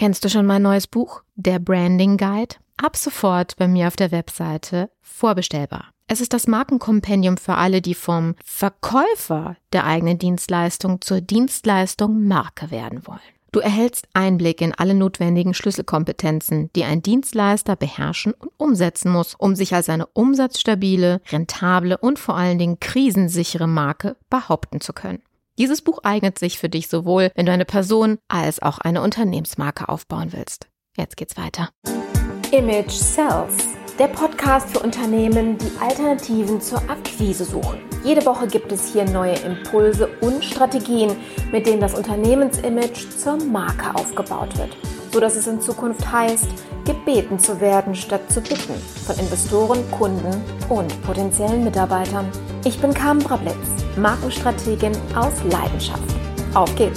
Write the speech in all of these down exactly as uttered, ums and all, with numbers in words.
Kennst du schon mein neues Buch, der Branding Guide? Ab sofort bei mir auf der Webseite vorbestellbar. Es ist das Markenkompendium für alle, die vom Verkäufer der eigenen Dienstleistung zur Dienstleistung Marke werden wollen. Du erhältst Einblick in alle notwendigen Schlüsselkompetenzen, die ein Dienstleister beherrschen und umsetzen muss, um sich als eine umsatzstabile, rentable und vor allen Dingen krisensichere Marke behaupten zu können. Dieses Buch eignet sich für dich sowohl, wenn du eine Person als auch eine Unternehmensmarke aufbauen willst. Jetzt geht's weiter. Image Sells, der Podcast für Unternehmen, die Alternativen zur Akquise suchen. Jede Woche gibt es hier neue Impulse und Strategien, mit denen das Unternehmensimage zur Marke aufgebaut wird, sodass es in Zukunft heißt, gebeten zu werden statt zu bitten von Investoren, Kunden und potenziellen Mitarbeitern. Ich bin Carmen Brablitz, Markenstrategin aus Leidenschaft. Auf geht's!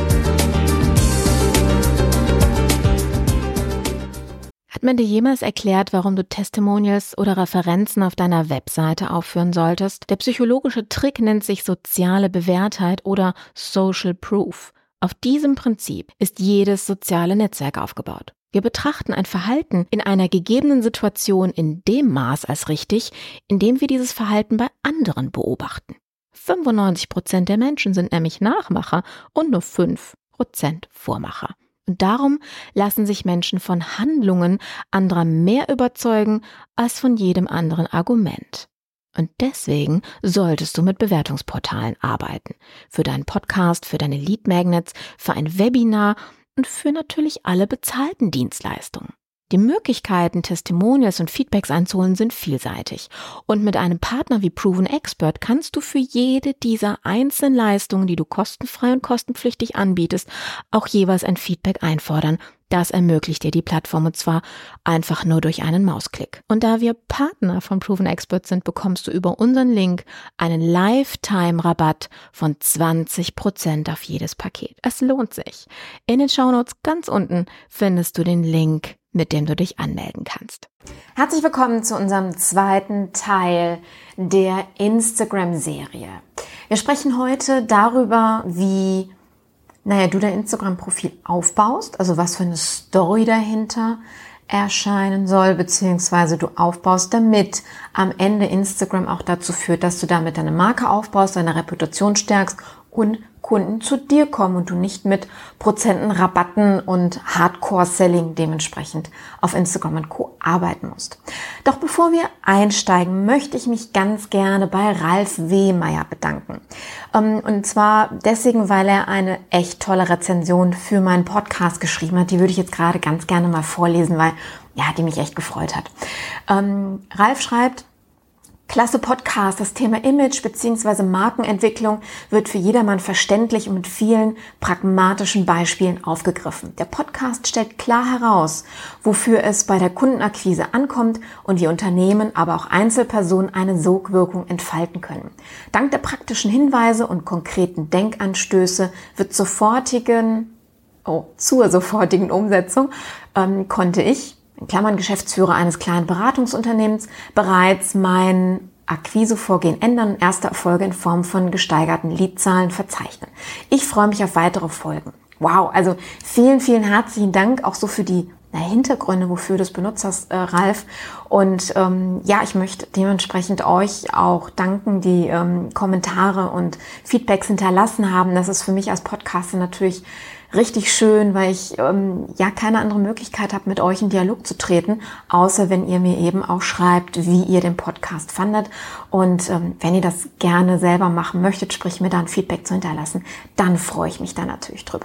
Hat man dir jemals erklärt, warum du Testimonials oder Referenzen auf deiner Webseite aufführen solltest? Der psychologische Trick nennt sich soziale Bewährtheit oder Social Proof. Auf diesem Prinzip ist jedes soziale Netzwerk aufgebaut. Wir betrachten ein Verhalten in einer gegebenen Situation in dem Maß als richtig, in dem wir dieses Verhalten bei anderen beobachten. fünfundneunzig Prozent der Menschen sind nämlich Nachmacher und nur fünf Prozent Vormacher. Und darum lassen sich Menschen von Handlungen anderer mehr überzeugen als von jedem anderen Argument. Und deswegen solltest du mit Bewertungsportalen arbeiten. Für deinen Podcast, für deine Lead Magnets, für ein Webinar und für natürlich alle bezahlten Dienstleistungen. Die Möglichkeiten, Testimonials und Feedbacks einzuholen, sind vielseitig. Und mit einem Partner wie Proven Expert kannst du für jede dieser einzelnen Leistungen, die du kostenfrei und kostenpflichtig anbietest, auch jeweils ein Feedback einfordern. Das ermöglicht dir die Plattform und zwar einfach nur durch einen Mausklick. Und da wir Partner von Proven Expert sind, bekommst du über unseren Link einen Lifetime-Rabatt von zwanzig Prozent auf jedes Paket. Es lohnt sich. In den Shownotes ganz unten findest du den Link, mit dem du dich anmelden kannst. Herzlich willkommen zu unserem zweiten Teil der Instagram-Serie. Wir sprechen heute darüber, wie naja, du dein Instagram-Profil aufbaust, also was für eine Story dahinter erscheinen soll, beziehungsweise du aufbaust, damit am Ende Instagram auch dazu führt, dass du damit deine Marke aufbaust, deine Reputation stärkst und Kunden zu dir kommen und du nicht mit Prozenten, Rabatten und Hardcore-Selling dementsprechend auf Instagram und Co. arbeiten musst. Doch bevor wir einsteigen, möchte ich mich ganz gerne bei Ralf Wehmeier bedanken. Und zwar deswegen, weil er eine echt tolle Rezension für meinen Podcast geschrieben hat. Die würde ich jetzt gerade ganz gerne mal vorlesen, weil ja, die mich echt gefreut hat. Ähm, Ralf schreibt: Klasse Podcast, das Thema Image bzw. Markenentwicklung wird für jedermann verständlich und mit vielen pragmatischen Beispielen aufgegriffen. Der Podcast stellt klar heraus, wofür es bei der Kundenakquise ankommt und wie Unternehmen, aber auch Einzelpersonen eine Sogwirkung entfalten können. Dank der praktischen Hinweise und konkreten Denkanstöße wird sofortigen, oh, zur sofortigen Umsetzung ähm, konnte ich, in Klammern Geschäftsführer eines kleinen Beratungsunternehmens, bereits mein Akquisevorgehen ändern und erste Erfolge in Form von gesteigerten Leadzahlen verzeichnen. Ich freue mich auf weitere Folgen. Wow, also vielen, vielen herzlichen Dank auch so für die na, Hintergründe, wofür du es benutzt hast, äh, Ralf. Und ähm, ja, ich möchte dementsprechend euch auch danken, die ähm, Kommentare und Feedbacks hinterlassen haben. Das ist für mich als Podcaster natürlich richtig schön, weil ich ähm, ja keine andere Möglichkeit habe, mit euch in Dialog zu treten, außer wenn ihr mir eben auch schreibt, wie ihr den Podcast fandet. Und ähm, wenn ihr das gerne selber machen möchtet, sprich mir da ein Feedback zu hinterlassen, dann freue ich mich da natürlich drüber.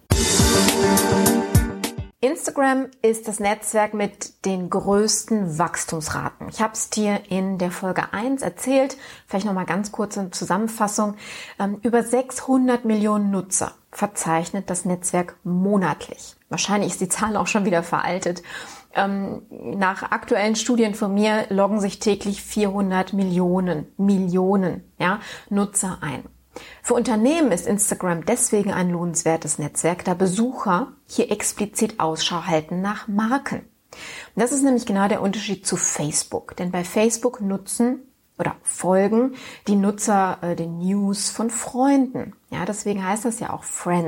Instagram ist das Netzwerk mit den größten Wachstumsraten. Ich habe es dir in der Folge eins erzählt, vielleicht nochmal ganz kurz in Zusammenfassung. Ähm, über sechshundert Millionen Nutzer verzeichnet das Netzwerk monatlich. Wahrscheinlich ist die Zahl auch schon wieder veraltet. Ähm, nach aktuellen Studien von mir loggen sich täglich vierhundert Millionen, Millionen ja, Nutzer ein. Für Unternehmen ist Instagram deswegen ein lohnenswertes Netzwerk, da Besucher hier explizit Ausschau halten nach Marken. Und das ist nämlich genau der Unterschied zu Facebook, denn bei Facebook nutzen oder folgen die Nutzer äh, den News von Freunden. Ja, deswegen heißt das ja auch Friends.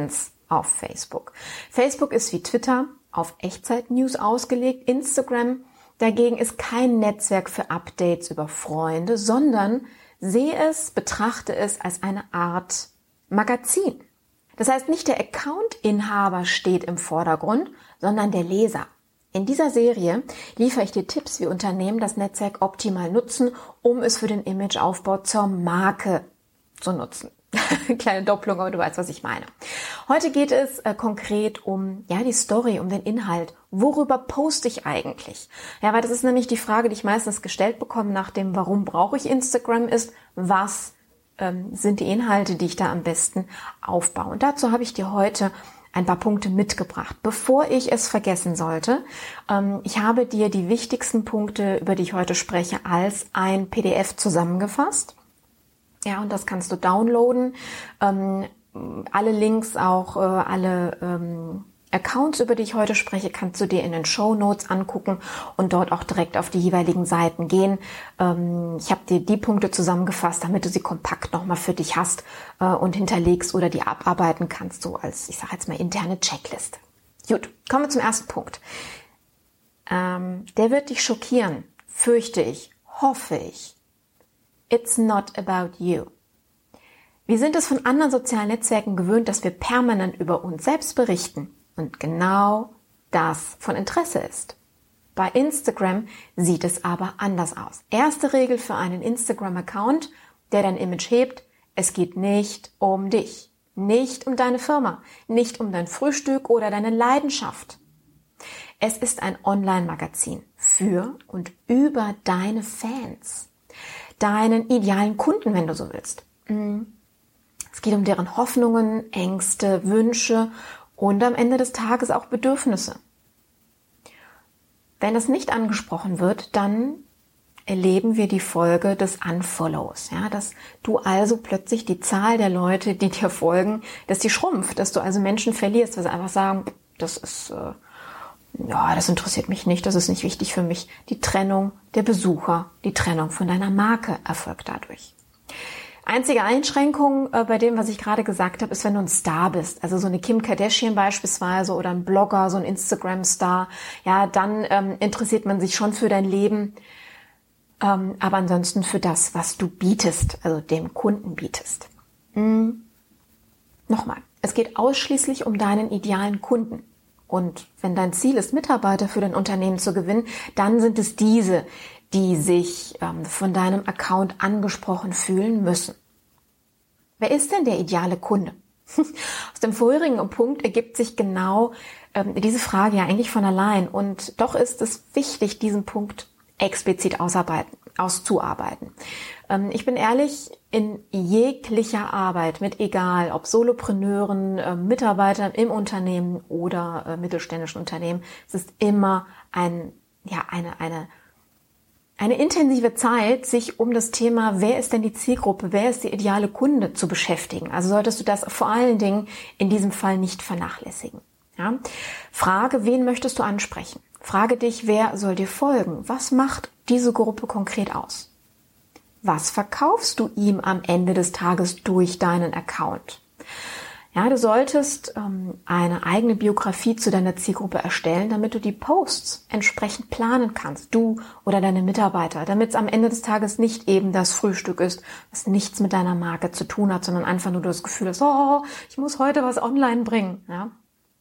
auf Facebook. Facebook ist wie Twitter auf Echtzeit-News ausgelegt. Instagram dagegen ist kein Netzwerk für Updates über Freunde, sondern sehe es, betrachte es als eine Art Magazin. Das heißt, nicht der Account-Inhaber steht im Vordergrund, sondern der Leser. In dieser Serie liefere ich dir Tipps, wie Unternehmen das Netzwerk optimal nutzen, um es für den Imageaufbau zur Marke zu nutzen. Kleine Doppelung, aber du weißt, was ich meine. Heute geht es äh, konkret um ja die Story, um den Inhalt. Worüber poste ich eigentlich? Ja, weil das ist nämlich die Frage, die ich meistens gestellt bekomme nach dem, warum brauche ich Instagram, ist, was ähm, sind die Inhalte, die ich da am besten aufbaue. Und dazu habe ich dir heute ein paar Punkte mitgebracht. Bevor ich es vergessen sollte, ähm, ich habe dir die wichtigsten Punkte, über die ich heute spreche, als ein P D F zusammengefasst. Ja, und das kannst du downloaden. Ähm, alle Links, auch äh, alle ähm, Accounts, über die ich heute spreche, kannst du dir in den Shownotes angucken und dort auch direkt auf die jeweiligen Seiten gehen. Ähm, ich habe dir die Punkte zusammengefasst, damit du sie kompakt nochmal für dich hast äh, und hinterlegst oder die abarbeiten kannst, so als, ich sage jetzt mal, interne Checkliste. Gut, kommen wir zum ersten Punkt. Ähm, der wird dich schockieren, fürchte ich, hoffe ich. It's not about you. Wir sind es von anderen sozialen Netzwerken gewöhnt, dass wir permanent über uns selbst berichten und genau das von Interesse ist. Bei Instagram sieht es aber anders aus. Erste Regel für einen Instagram-Account, der dein Image hebt: Es geht nicht um dich, nicht um deine Firma, nicht um dein Frühstück oder deine Leidenschaft. Es ist ein Online-Magazin für und über deine Fans. Deinen idealen Kunden, wenn du so willst. Es geht um deren Hoffnungen, Ängste, Wünsche und am Ende des Tages auch Bedürfnisse. Wenn das nicht angesprochen wird, dann erleben wir die Folge des Unfollows. Ja, dass du also plötzlich die Zahl der Leute, die dir folgen, dass die schrumpft, dass du also Menschen verlierst, weil sie einfach sagen, das ist... Äh, Ja, das interessiert mich nicht, das ist nicht wichtig für mich. Die Trennung der Besucher, die Trennung von deiner Marke erfolgt dadurch. Einzige Einschränkung äh, bei dem, was ich gerade gesagt habe, ist, wenn du ein Star bist. Also so eine Kim Kardashian beispielsweise oder ein Blogger, so ein Instagram-Star. Ja, dann ähm, interessiert man sich schon für dein Leben, ähm, aber ansonsten für das, was du bietest, also dem Kunden bietest. Hm. Nochmal, es geht ausschließlich um deinen idealen Kunden. Und wenn dein Ziel ist, Mitarbeiter für dein Unternehmen zu gewinnen, dann sind es diese, die sich ähm, von deinem Account angesprochen fühlen müssen. Wer ist denn der ideale Kunde? Aus dem vorherigen Punkt ergibt sich genau ähm, diese Frage ja eigentlich von allein. Und doch ist es wichtig, diesen Punkt explizit ausarbeiten, auszuarbeiten. Ähm, ich bin ehrlich, in jeglicher Arbeit, mit egal, ob Solopreneuren, äh, Mitarbeitern im Unternehmen oder äh, mittelständischen Unternehmen, es ist immer ein, ja, eine, eine, eine intensive Zeit, sich um das Thema, wer ist denn die Zielgruppe, wer ist der ideale Kunde zu beschäftigen. Also solltest du das vor allen Dingen in diesem Fall nicht vernachlässigen. Ja? Frage, wen möchtest du ansprechen? Frage dich, wer soll dir folgen? Was macht diese Gruppe konkret aus? Was verkaufst du ihm am Ende des Tages durch deinen Account? Ja, du solltest ähm, eine eigene Biografie zu deiner Zielgruppe erstellen, damit du die Posts entsprechend planen kannst, du oder deine Mitarbeiter, damit es am Ende des Tages nicht eben das Frühstück ist, was nichts mit deiner Marke zu tun hat, sondern einfach nur das Gefühl hast, oh, ich muss heute was online bringen. Ja?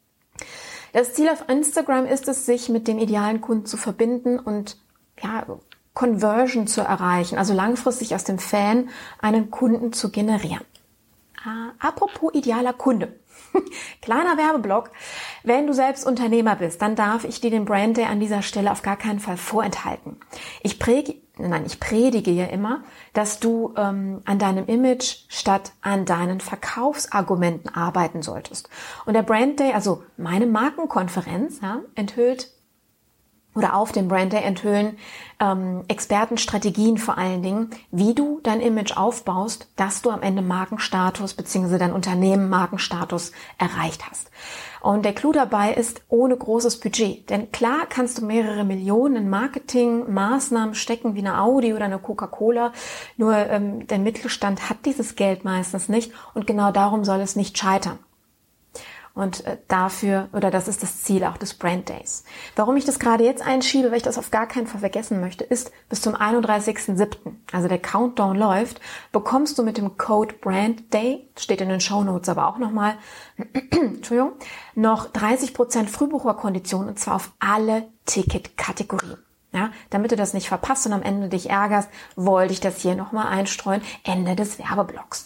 Das Ziel auf Instagram ist es, sich mit dem idealen Kunden zu verbinden und ja, Conversion zu erreichen, also langfristig aus dem Fan einen Kunden zu generieren. Äh, apropos idealer Kunde. Kleiner Werbeblock. Wenn du selbst Unternehmer bist, dann darf ich dir den Brand Day an dieser Stelle auf gar keinen Fall vorenthalten. Ich predige, nein, ich predige ja immer, dass du ähm, an deinem Image statt an deinen Verkaufsargumenten arbeiten solltest. Und der Brand Day, also meine Markenkonferenz, ja, enthüllt oder auf dem Brand Day enthüllen ähm, Expertenstrategien vor allen Dingen, wie du dein Image aufbaust, dass du am Ende Markenstatus bzw. dein Unternehmen Markenstatus erreicht hast. Und der Clou dabei ist ohne großes Budget. Denn klar kannst du mehrere Millionen in Marketingmaßnahmen stecken, wie eine Audi oder eine Coca-Cola. Nur ähm, der Mittelstand hat dieses Geld meistens nicht und genau darum soll es nicht scheitern. Und äh, dafür, oder das ist das Ziel auch des Brand Days. Warum ich das gerade jetzt einschiebe, weil ich das auf gar keinen Fall vergessen möchte, ist, bis zum einunddreißigsten siebten, also der Countdown läuft, bekommst du mit dem Code Brand Day, steht in den Shownotes aber auch nochmal, Entschuldigung, noch dreißig Prozent Frühbucherkondition, und zwar auf alle Ticketkategorien. Ja, damit du das nicht verpasst und am Ende dich ärgerst, wollte ich das hier nochmal einstreuen. Ende des Werbeblocks.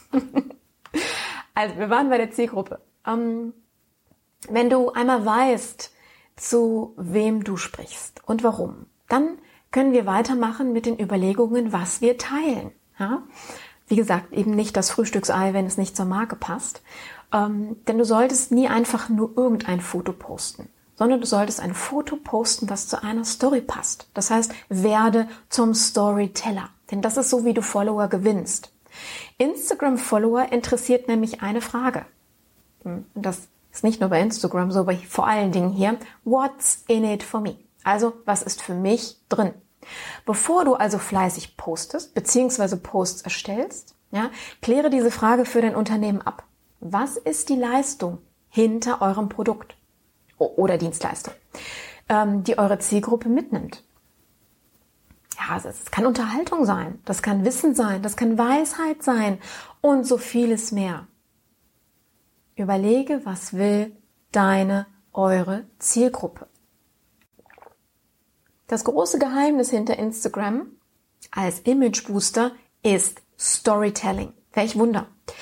Also, wir waren bei der Zielgruppe. Ähm, wenn du einmal weißt, zu wem du sprichst und warum, dann können wir weitermachen mit den Überlegungen, was wir teilen. Ja? Wie gesagt, eben nicht das Frühstücksei, wenn es nicht zur Marke passt. Ähm, denn du solltest nie einfach nur irgendein Foto posten, sondern du solltest ein Foto posten, was zu einer Story passt. Das heißt, werde zum Storyteller. Denn das ist so, wie du Follower gewinnst. Instagram-Follower interessiert nämlich eine Frage. Und das ist nicht nur bei Instagram so, aber vor allen Dingen hier. What's in it for me? Also, was ist für mich drin? Bevor du also fleißig postest, beziehungsweise Posts erstellst, ja, kläre diese Frage für dein Unternehmen ab. Was ist die Leistung hinter eurem Produkt oder Dienstleistung, ähm, die eure Zielgruppe mitnimmt? Ja, es kann Unterhaltung sein, das kann Wissen sein, das kann Weisheit sein und so vieles mehr. Überlege, was will deine, eure Zielgruppe? Das große Geheimnis hinter Instagram als Image-Booster ist Storytelling. Welch Wunder.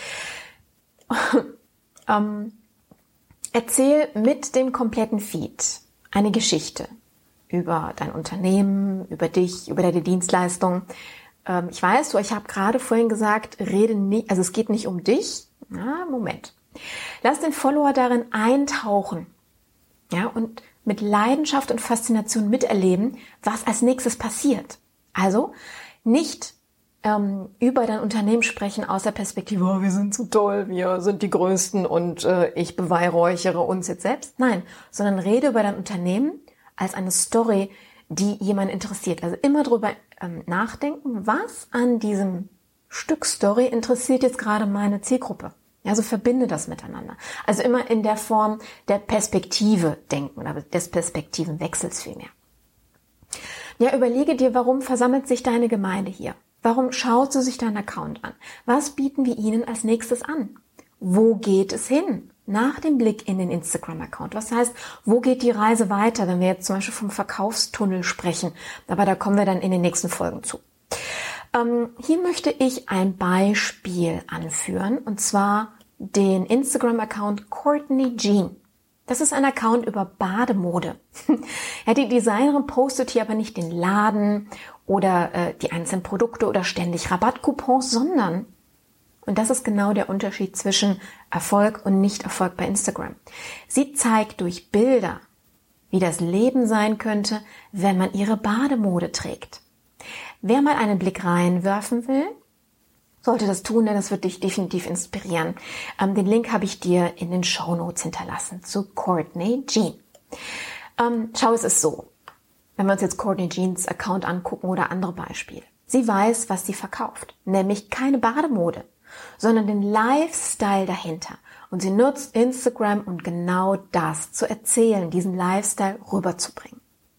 ähm, erzähl mit dem kompletten Feed eine Geschichte über dein Unternehmen, über dich, über deine Dienstleistung. Ähm, ich weiß, du, ich habe gerade vorhin gesagt, rede nicht, also es geht nicht um dich. Na, Moment. Lass den Follower darin eintauchen, ja, und mit Leidenschaft und Faszination miterleben, was als nächstes passiert. Also nicht ähm, über dein Unternehmen sprechen aus der Perspektive, oh, wir sind so toll, wir sind die Größten und äh, ich beweihräuchere uns jetzt selbst. Nein, sondern rede über dein Unternehmen als eine Story, die jemanden interessiert. Also immer drüber ähm, nachdenken, was an diesem Stück Story interessiert jetzt gerade meine Zielgruppe. Also verbinde das miteinander. Also immer in der Form der Perspektive denken oder des Perspektivenwechsels vielmehr. Ja, überlege dir, warum versammelt sich deine Gemeinde hier? Warum schaut sie sich deinen Account an? Was bieten wir ihnen als nächstes an? Wo geht es hin? Nach dem Blick in den Instagram-Account. Was heißt, wo geht die Reise weiter, wenn wir jetzt zum Beispiel vom Verkaufstunnel sprechen? Aber da kommen wir dann in den nächsten Folgen zu. Ähm, hier möchte ich ein Beispiel anführen, und zwar den Instagram-Account Courtney Jean. Das ist ein Account über Bademode. Ja, die Designerin postet hier aber nicht den Laden oder äh, die einzelnen Produkte oder ständig Rabattcoupons, sondern, und das ist genau der Unterschied zwischen Erfolg und Nicht-Erfolg bei Instagram. Sie zeigt durch Bilder, wie das Leben sein könnte, wenn man ihre Bademode trägt. Wer mal einen Blick reinwerfen will, sollte das tun, denn das wird dich definitiv inspirieren. Ähm, den Link habe ich dir in den Shownotes hinterlassen zu Courtney Jean. Ähm, schau, es ist so, wenn wir uns jetzt Courtney Jeans Account angucken oder andere Beispiele. Sie weiß, was sie verkauft, nämlich keine Bademode, sondern den Lifestyle dahinter. Und sie nutzt Instagram, um genau das zu erzählen, diesen Lifestyle rüberzubringen.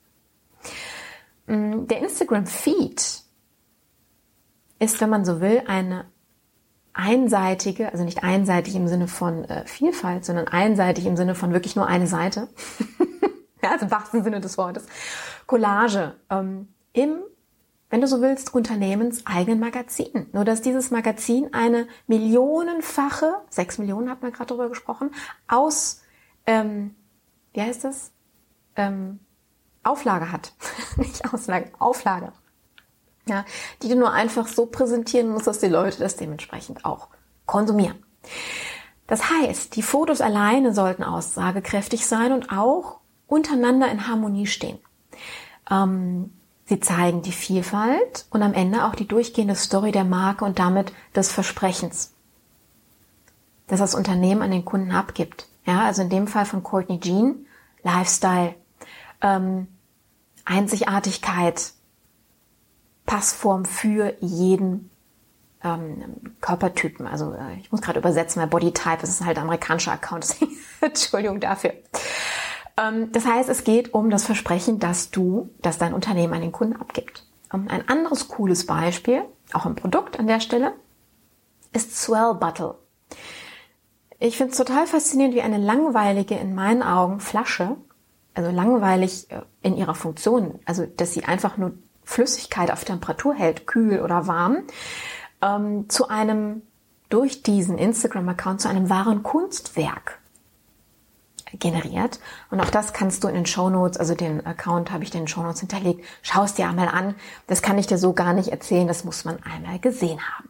Der Instagram-Feed ist, wenn man so will, eine einseitige, also nicht einseitig im Sinne von äh, Vielfalt, sondern einseitig im Sinne von wirklich nur eine Seite, ja, also im wahrsten Sinne des Wortes, Collage ähm, im, wenn du so willst, unternehmenseigenen Magazin. Nur, dass dieses Magazin eine millionenfache, sechs Millionen hat man gerade drüber gesprochen, aus, ähm, wie heißt das, ähm, Auflage hat. Nicht Auslage, Auflage. Ja, die du nur einfach so präsentieren musst, dass die Leute das dementsprechend auch konsumieren. Das heißt, die Fotos alleine sollten aussagekräftig sein und auch untereinander in Harmonie stehen. Ähm, sie zeigen die Vielfalt und am Ende auch die durchgehende Story der Marke und damit des Versprechens, das das Unternehmen an den Kunden abgibt. Ja, also in dem Fall von Courtney Jean, Lifestyle, ähm, Einzigartigkeit, Passform für jeden ähm, Körpertypen. Also äh, ich muss gerade übersetzen, weil Bodytype, das ist halt ein amerikanischer Account. Entschuldigung dafür. Ähm, das heißt, es geht um das Versprechen, dass du, dass dein Unternehmen an den Kunden abgibt. Ähm, ein anderes cooles Beispiel, auch ein Produkt an der Stelle, ist Swell Bottle. Ich finde es total faszinierend, wie eine langweilige, in meinen Augen, Flasche, also langweilig in ihrer Funktion, also dass sie einfach nur Flüssigkeit auf Temperatur hält, kühl oder warm, ähm, zu einem, durch diesen Instagram-Account, zu einem wahren Kunstwerk generiert. Und auch das kannst du in den Shownotes, also den Account habe ich in den Shownotes hinterlegt, schau es dir einmal an. Das kann ich dir so gar nicht erzählen, das muss man einmal gesehen haben.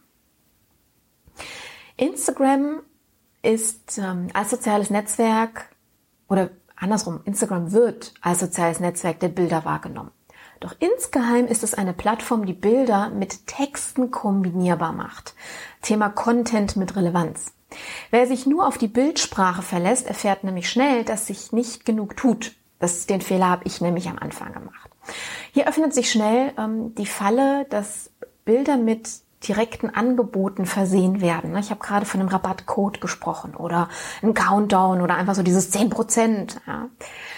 Instagram ist ähm, als soziales Netzwerk oder andersrum, Instagram wird als soziales Netzwerk der Bilder wahrgenommen. Doch insgeheim ist es eine Plattform, die Bilder mit Texten kombinierbar macht. Thema Content mit Relevanz. Wer sich nur auf die Bildsprache verlässt, erfährt nämlich schnell, dass sich nicht genug tut. Das, den Fehler habe ich nämlich am Anfang gemacht. Hier öffnet sich schnell ähm, die Falle, dass Bilder mit direkten Angeboten versehen werden. Ich habe gerade von einem Rabattcode gesprochen oder einem Countdown oder einfach so dieses zehn Prozent. Ja.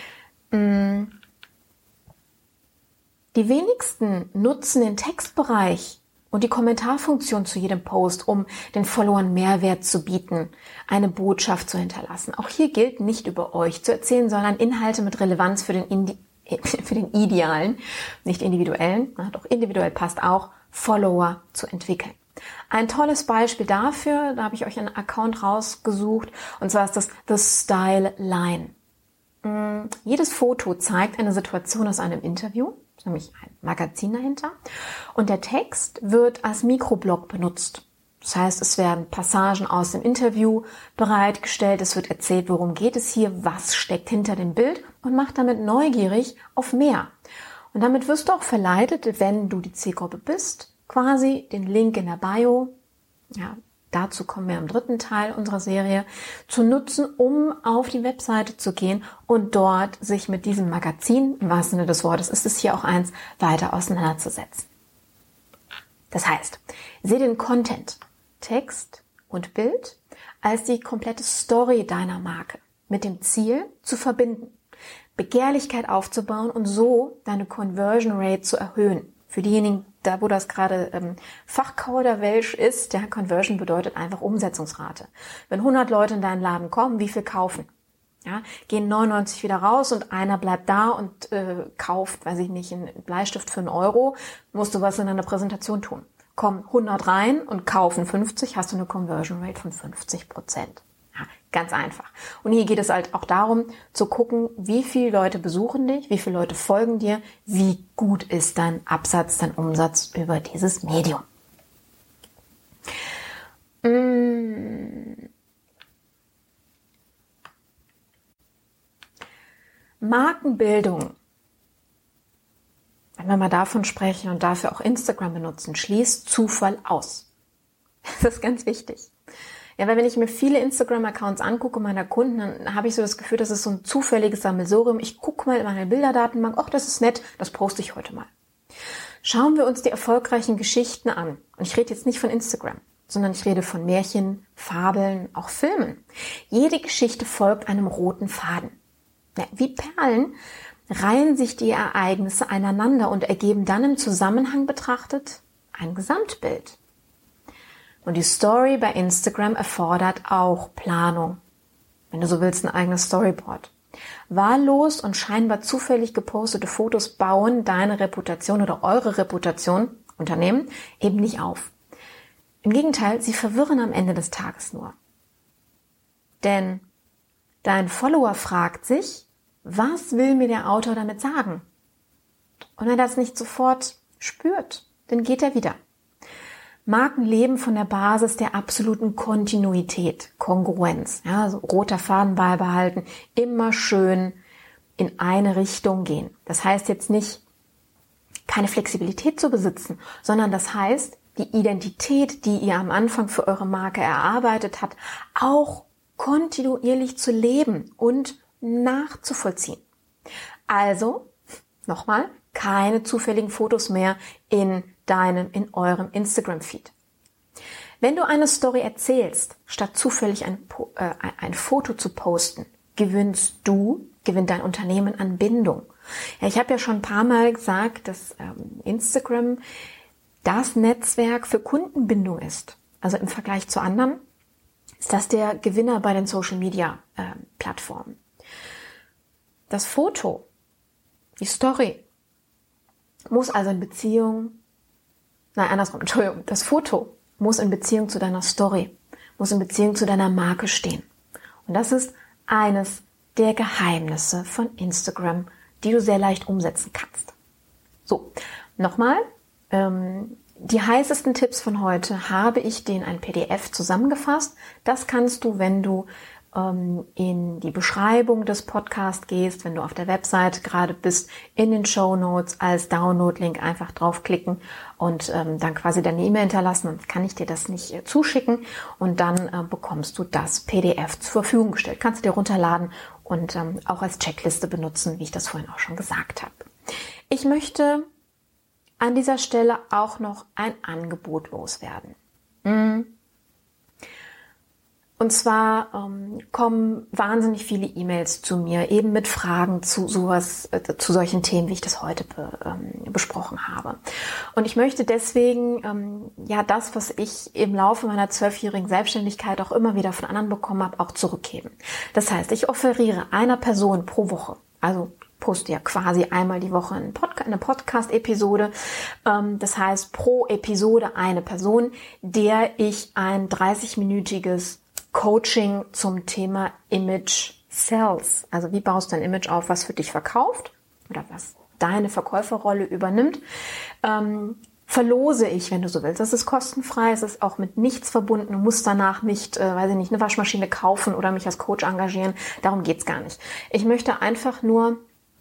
Die wenigsten nutzen den Textbereich und die Kommentarfunktion zu jedem Post, um den Followern Mehrwert zu bieten, eine Botschaft zu hinterlassen. Auch hier gilt, nicht über euch zu erzählen, sondern Inhalte mit Relevanz für den, Indi- für den idealen, nicht individuellen, doch individuell passt auch, Follower zu entwickeln. Ein tolles Beispiel dafür, da habe ich euch einen Account rausgesucht, und zwar ist das The Style Line. Jedes Foto zeigt eine Situation aus einem Interview, nämlich ein Magazin dahinter, und der Text wird als Mikroblog benutzt. Das heißt, es werden Passagen aus dem Interview bereitgestellt, es wird erzählt, worum geht es hier, was steckt hinter dem Bild und macht damit neugierig auf mehr. Und damit wirst du auch verleitet, wenn du die Zielgruppe bist, quasi den Link in der Bio, ja, dazu kommen wir im dritten Teil unserer Serie, zu nutzen, um auf die Webseite zu gehen und dort sich mit diesem Magazin, im wahrsten Sinne des Wortes ist es hier auch eins, weiter auseinanderzusetzen. Das heißt, sehe den Content, Text und Bild als die komplette Story deiner Marke mit dem Ziel zu verbinden, Begehrlichkeit aufzubauen und so deine Conversion Rate zu erhöhen. Für diejenigen, da wo das gerade ähm, Fachkauderwelsch ist, ja, Conversion bedeutet einfach Umsetzungsrate. Wenn hundert Leute in deinen Laden kommen, wie viel kaufen? Ja, gehen neunundneunzig wieder raus und einer bleibt da und äh, kauft, weiß ich nicht, einen Bleistift für einen Euro, musst du was in deiner Präsentation tun. Kommen hundert rein und kaufen fünfzig, hast du eine Conversion Rate von fünfzig Prozent. Ja, ganz einfach. Und hier geht es halt auch darum, zu gucken, wie viele Leute besuchen dich, wie viele Leute folgen dir, wie gut ist dein Absatz, dein Umsatz über dieses Medium. Mmh. Markenbildung. Wenn wir mal davon sprechen und dafür auch Instagram benutzen, schließt Zufall aus. Das ist ganz wichtig. Ja, weil wenn ich mir viele Instagram-Accounts angucke meiner Kunden, dann habe ich so das Gefühl, das ist so ein zufälliges Sammelsurium. Ich gucke mal in meine Bilderdatenbank, ach, das ist nett, das poste ich heute mal. Schauen wir uns die erfolgreichen Geschichten an. Und ich rede jetzt nicht von Instagram, sondern ich rede von Märchen, Fabeln, auch Filmen. Jede Geschichte folgt einem roten Faden. Ja, wie Perlen reihen sich die Ereignisse aneinander und ergeben dann im Zusammenhang betrachtet ein Gesamtbild. Und die Story bei Instagram erfordert auch Planung. Wenn du so willst, ein eigenes Storyboard. Wahllos und scheinbar zufällig gepostete Fotos bauen deine Reputation oder eure Reputation, Unternehmen, eben nicht auf. Im Gegenteil, sie verwirren am Ende des Tages nur. Denn dein Follower fragt sich, was will mir der Autor damit sagen? Und wenn er das nicht sofort spürt, dann geht er wieder. Marken leben von der Basis der absoluten Kontinuität, Kongruenz, ja, also roter Faden beibehalten, immer schön in eine Richtung gehen. Das heißt jetzt nicht, keine Flexibilität zu besitzen, sondern das heißt, die Identität, die ihr am Anfang für eure Marke erarbeitet habt, auch kontinuierlich zu leben und nachzuvollziehen. Also, nochmal, keine zufälligen Fotos mehr in deinem, in eurem Instagram-Feed. Wenn du eine Story erzählst, statt zufällig ein, äh, ein Foto zu posten, gewinnst du, gewinnt dein Unternehmen an Bindung. Ja, ich habe ja schon ein paar Mal gesagt, dass ähm, Instagram das Netzwerk für Kundenbindung ist. Also im Vergleich zu anderen ist das der Gewinner bei den Social-Media-Plattformen. Äh, das Foto, die Story, muss also in Beziehung, nein, andersrum, Entschuldigung, das Foto muss in Beziehung zu deiner Story, muss in Beziehung zu deiner Marke stehen. Und das ist eines der Geheimnisse von Instagram, die du sehr leicht umsetzen kannst. So, nochmal, ähm, die heißesten Tipps von heute habe ich dir in ein P D F zusammengefasst. Das kannst du, wenn du ähm, in die Beschreibung des Podcasts gehst, wenn du auf der Website gerade bist, in den Shownotes als Download-Link einfach draufklicken und ähm, dann quasi deine E-Mail hinterlassen. Dann kann ich dir das nicht äh, zuschicken und dann äh, bekommst du das P D F zur Verfügung gestellt. Kannst du dir runterladen und ähm, auch als Checkliste benutzen, wie ich das vorhin auch schon gesagt habe. Ich möchte an dieser Stelle auch noch ein Angebot loswerden. Und zwar ähm, kommen wahnsinnig viele E-Mails zu mir, eben mit Fragen zu sowas, äh, zu solchen Themen, wie ich das heute be, ähm, besprochen habe. Und ich möchte deswegen ähm, ja das, was ich im Laufe meiner zwölfjährigen Selbstständigkeit auch immer wieder von anderen bekommen habe, auch zurückgeben. Das heißt, ich offeriere einer Person pro Woche, also poste ja quasi einmal die Woche eine Podcast-Episode. Das heißt, pro Episode eine Person, der ich ein dreißig-minütiges Coaching zum Thema Image Sells. Also wie baust du ein Image auf, was für dich verkauft oder was deine Verkäuferrolle übernimmt, ähm, verlose ich, wenn du so willst. Das ist kostenfrei, es ist auch mit nichts verbunden. Du musst danach nicht, äh, weiß ich nicht, eine Waschmaschine kaufen oder mich als Coach engagieren. Darum geht's gar nicht. Ich möchte einfach nur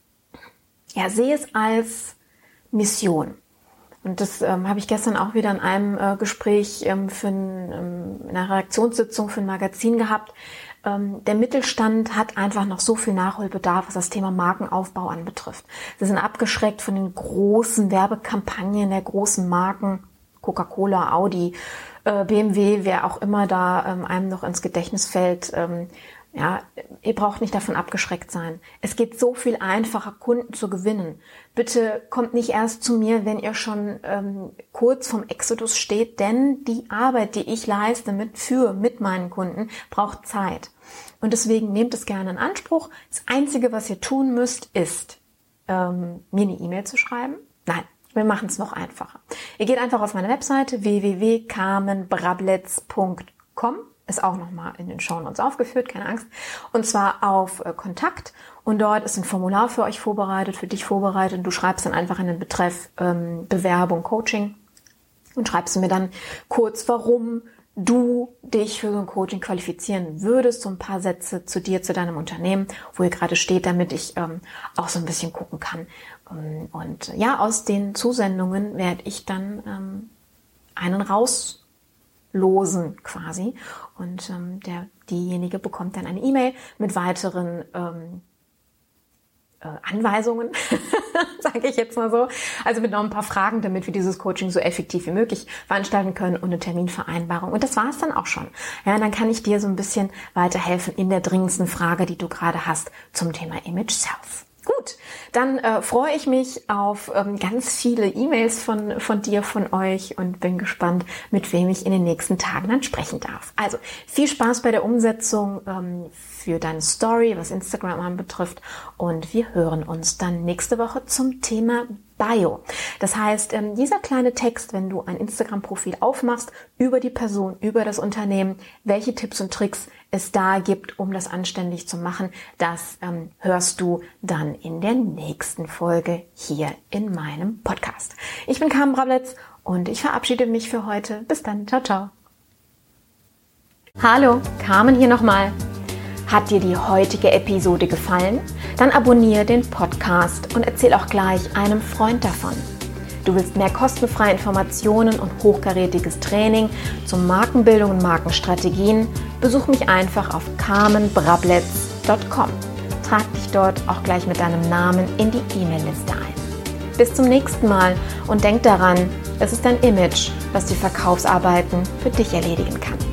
Ja, sehe es als Mission. Und das ähm, habe ich gestern auch wieder in einem äh, Gespräch ähm, für ein, ähm, in einer Redaktionssitzung für ein Magazin gehabt. Ähm, der Mittelstand hat einfach noch so viel Nachholbedarf, was das Thema Markenaufbau anbetrifft. Sie sind abgeschreckt von den großen Werbekampagnen der großen Marken, Coca-Cola, Audi, äh, B M W, wer auch immer da ähm, einem noch ins Gedächtnis fällt. Ähm, Ja, ihr braucht nicht davon abgeschreckt sein. Es geht so viel einfacher, Kunden zu gewinnen. Bitte kommt nicht erst zu mir, wenn ihr schon ähm, kurz vom Exodus steht, denn die Arbeit, die ich leiste mit für mit meinen Kunden, braucht Zeit. Und deswegen nehmt es gerne in Anspruch. Das Einzige, was ihr tun müsst, ist, ähm, mir eine E-Mail zu schreiben. Nein, wir machen es noch einfacher. Ihr geht einfach auf meine Webseite w w w punkt carmen brabletz punkt com. Ist auch nochmal in den Shownotes aufgeführt, keine Angst. Und zwar auf äh, Kontakt. Und dort ist ein Formular für euch vorbereitet, für dich vorbereitet. Du schreibst dann einfach in den Betreff ähm, Bewerbung, Coaching. Und schreibst mir dann kurz, warum du dich für so ein Coaching qualifizieren würdest. So ein paar Sätze zu dir, zu deinem Unternehmen, wo ihr gerade steht, damit ich ähm, auch so ein bisschen gucken kann. Und, und ja, aus den Zusendungen werde ich dann ähm, einen raus losen quasi und ähm, der diejenige bekommt dann eine E-Mail mit weiteren ähm, äh, Anweisungen, sage ich jetzt mal so, also mit noch ein paar Fragen, damit wir dieses Coaching so effektiv wie möglich veranstalten können und eine Terminvereinbarung. Und das war es dann auch schon. Ja, dann kann ich dir so ein bisschen weiterhelfen in der dringendsten Frage, die du gerade hast zum Thema Image Self. Gut, dann äh, freue ich mich auf ähm, ganz viele E-Mails von, von dir, von euch und bin gespannt, mit wem ich in den nächsten Tagen dann sprechen darf. Also viel Spaß bei der Umsetzung ähm, für deine Story, was Instagram anbetrifft, und wir hören uns dann nächste Woche zum Thema Bio. Das heißt, ähm, dieser kleine Text, wenn du ein Instagram-Profil aufmachst, über die Person, über das Unternehmen, welche Tipps und Tricks es da gibt, um das anständig zu machen, das ähm, hörst du dann in der nächsten Folge hier in meinem Podcast. Ich bin Carmen Brabletz und ich verabschiede mich für heute. Bis dann. Ciao, ciao. Hallo, Carmen hier nochmal. Hat dir die heutige Episode gefallen? Dann abonniere den Podcast und erzähl auch gleich einem Freund davon. Du willst mehr kostenfreie Informationen und hochkarätiges Training zur Markenbildung und Markenstrategien? Besuch mich einfach auf carmen brabletz punkt com. Trag dich dort auch gleich mit deinem Namen in die E-Mail-Liste ein. Bis zum nächsten Mal und denk daran, es ist dein Image, was die Verkaufsarbeiten für dich erledigen kann.